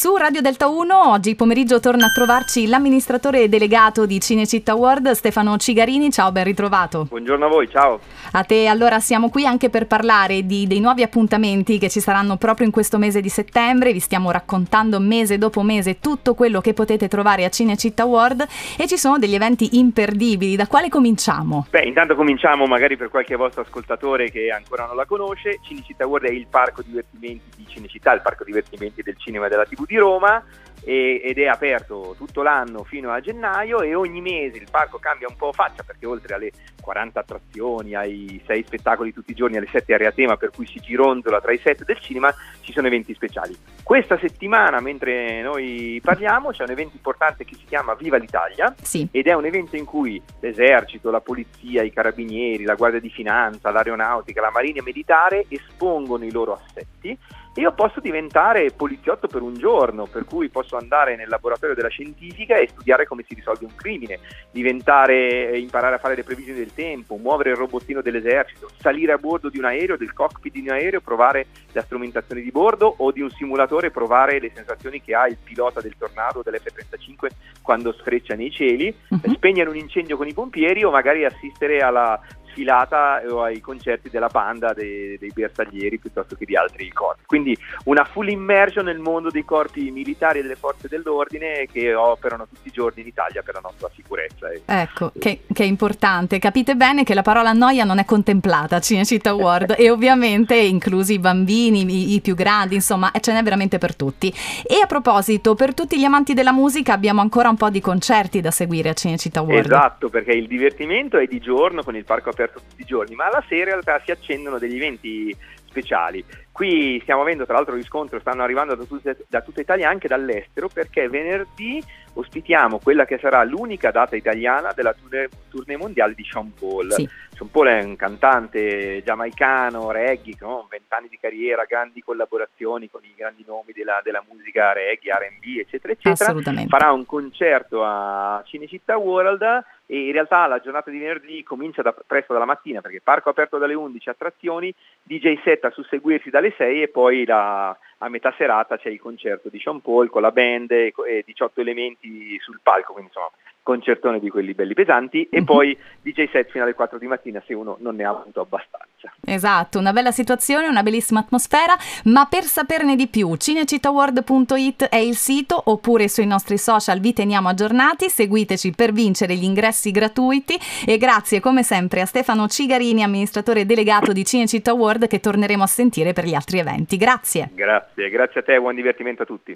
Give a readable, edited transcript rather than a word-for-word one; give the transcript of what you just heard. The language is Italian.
Su Radio Delta 1 oggi pomeriggio torna a trovarci l'amministratore delegato di Cinecittà World, Stefano Cigarini. Ciao, ben ritrovato. Buongiorno a voi, ciao. A te. Allora, siamo qui anche per parlare dei nuovi appuntamenti che ci saranno proprio in questo mese di settembre. Vi stiamo raccontando mese dopo mese tutto quello che potete trovare a Cinecittà World e ci sono degli eventi imperdibili. Da quale cominciamo? Intanto cominciamo magari per qualche vostro ascoltatore che ancora non la conosce. Cinecittà World è il parco divertimenti di Cinecittà, il parco divertimenti del cinema e della TV di Roma, ed è aperto tutto l'anno fino a gennaio, e ogni mese il parco cambia un po' faccia, perché oltre alle 40 attrazioni, ai 6 spettacoli tutti i giorni, alle 7 aree a tema per cui si gironzola tra i set del cinema, ci sono eventi speciali. Questa settimana, mentre noi parliamo, c'è un evento importante che si chiama Viva l'Italia, sì. Ed è un evento in cui l'esercito, la polizia, i carabinieri, la guardia di finanza, l'aeronautica, la marina militare espongono i loro assetti. Io posso diventare poliziotto per un giorno, per cui posso andare nel laboratorio della scientifica e studiare come si risolve un crimine, imparare a fare le previsioni del tempo, muovere il robottino dell'esercito, salire a bordo di un aereo, del cockpit di un aereo, provare la strumentazione di bordo, o di un simulatore, provare le sensazioni che ha il pilota del Tornado o dell'F-35 quando sfreccia nei cieli, spegnere un incendio con i pompieri, o magari assistere alla sfilata o ai concerti della banda dei bersaglieri piuttosto che di altri corpi. Quindi una full immersion nel mondo dei corpi militari e delle forze dell'ordine che operano tutti i giorni in Italia per la nostra sicurezza. Ecco, che è importante. Capite bene che la parola noia non è contemplata a Cinecittà World e ovviamente inclusi i bambini, i più grandi, insomma ce n'è veramente per tutti. E a proposito, per tutti gli amanti della musica abbiamo ancora un po' di concerti da seguire a Cinecittà World. Esatto, perché il divertimento è di giorno con il parco aperto tutti i giorni, ma alla sera in realtà si accendono degli eventi speciali. Qui stiamo avendo tra l'altro riscontro, stanno arrivando da tutta Italia, anche dall'estero, perché venerdì ospitiamo quella che sarà l'unica data italiana della tournée mondiale di Sean Paul. Sì. Sean Paul è un cantante giamaicano, reggae, con 20 anni di carriera, grandi collaborazioni con i grandi nomi della musica reggae, R&B, eccetera, eccetera. Assolutamente. Farà un concerto a Cinecittà World, e in realtà la giornata di venerdì comincia presto dalla mattina, perché parco aperto dalle 11, attrazioni, DJ set a susseguirsi dalle 6, e poi a metà serata c'è il concerto di Sean Paul con la band e 18 elementi sul palco, quindi insomma concertone di quelli belli pesanti, e poi DJ set fino alle 4 di mattina se uno non ne ha avuto abbastanza. Esatto, una bella situazione, una bellissima atmosfera, ma per saperne di più cinecittaworld.it è il sito, oppure sui nostri social vi teniamo aggiornati. Seguiteci per vincere gli ingressi gratuiti, e grazie come sempre a Stefano Cigarini, amministratore delegato di Cinecittà World, che torneremo a sentire per gli altri eventi. Grazie a te, buon divertimento a tutti.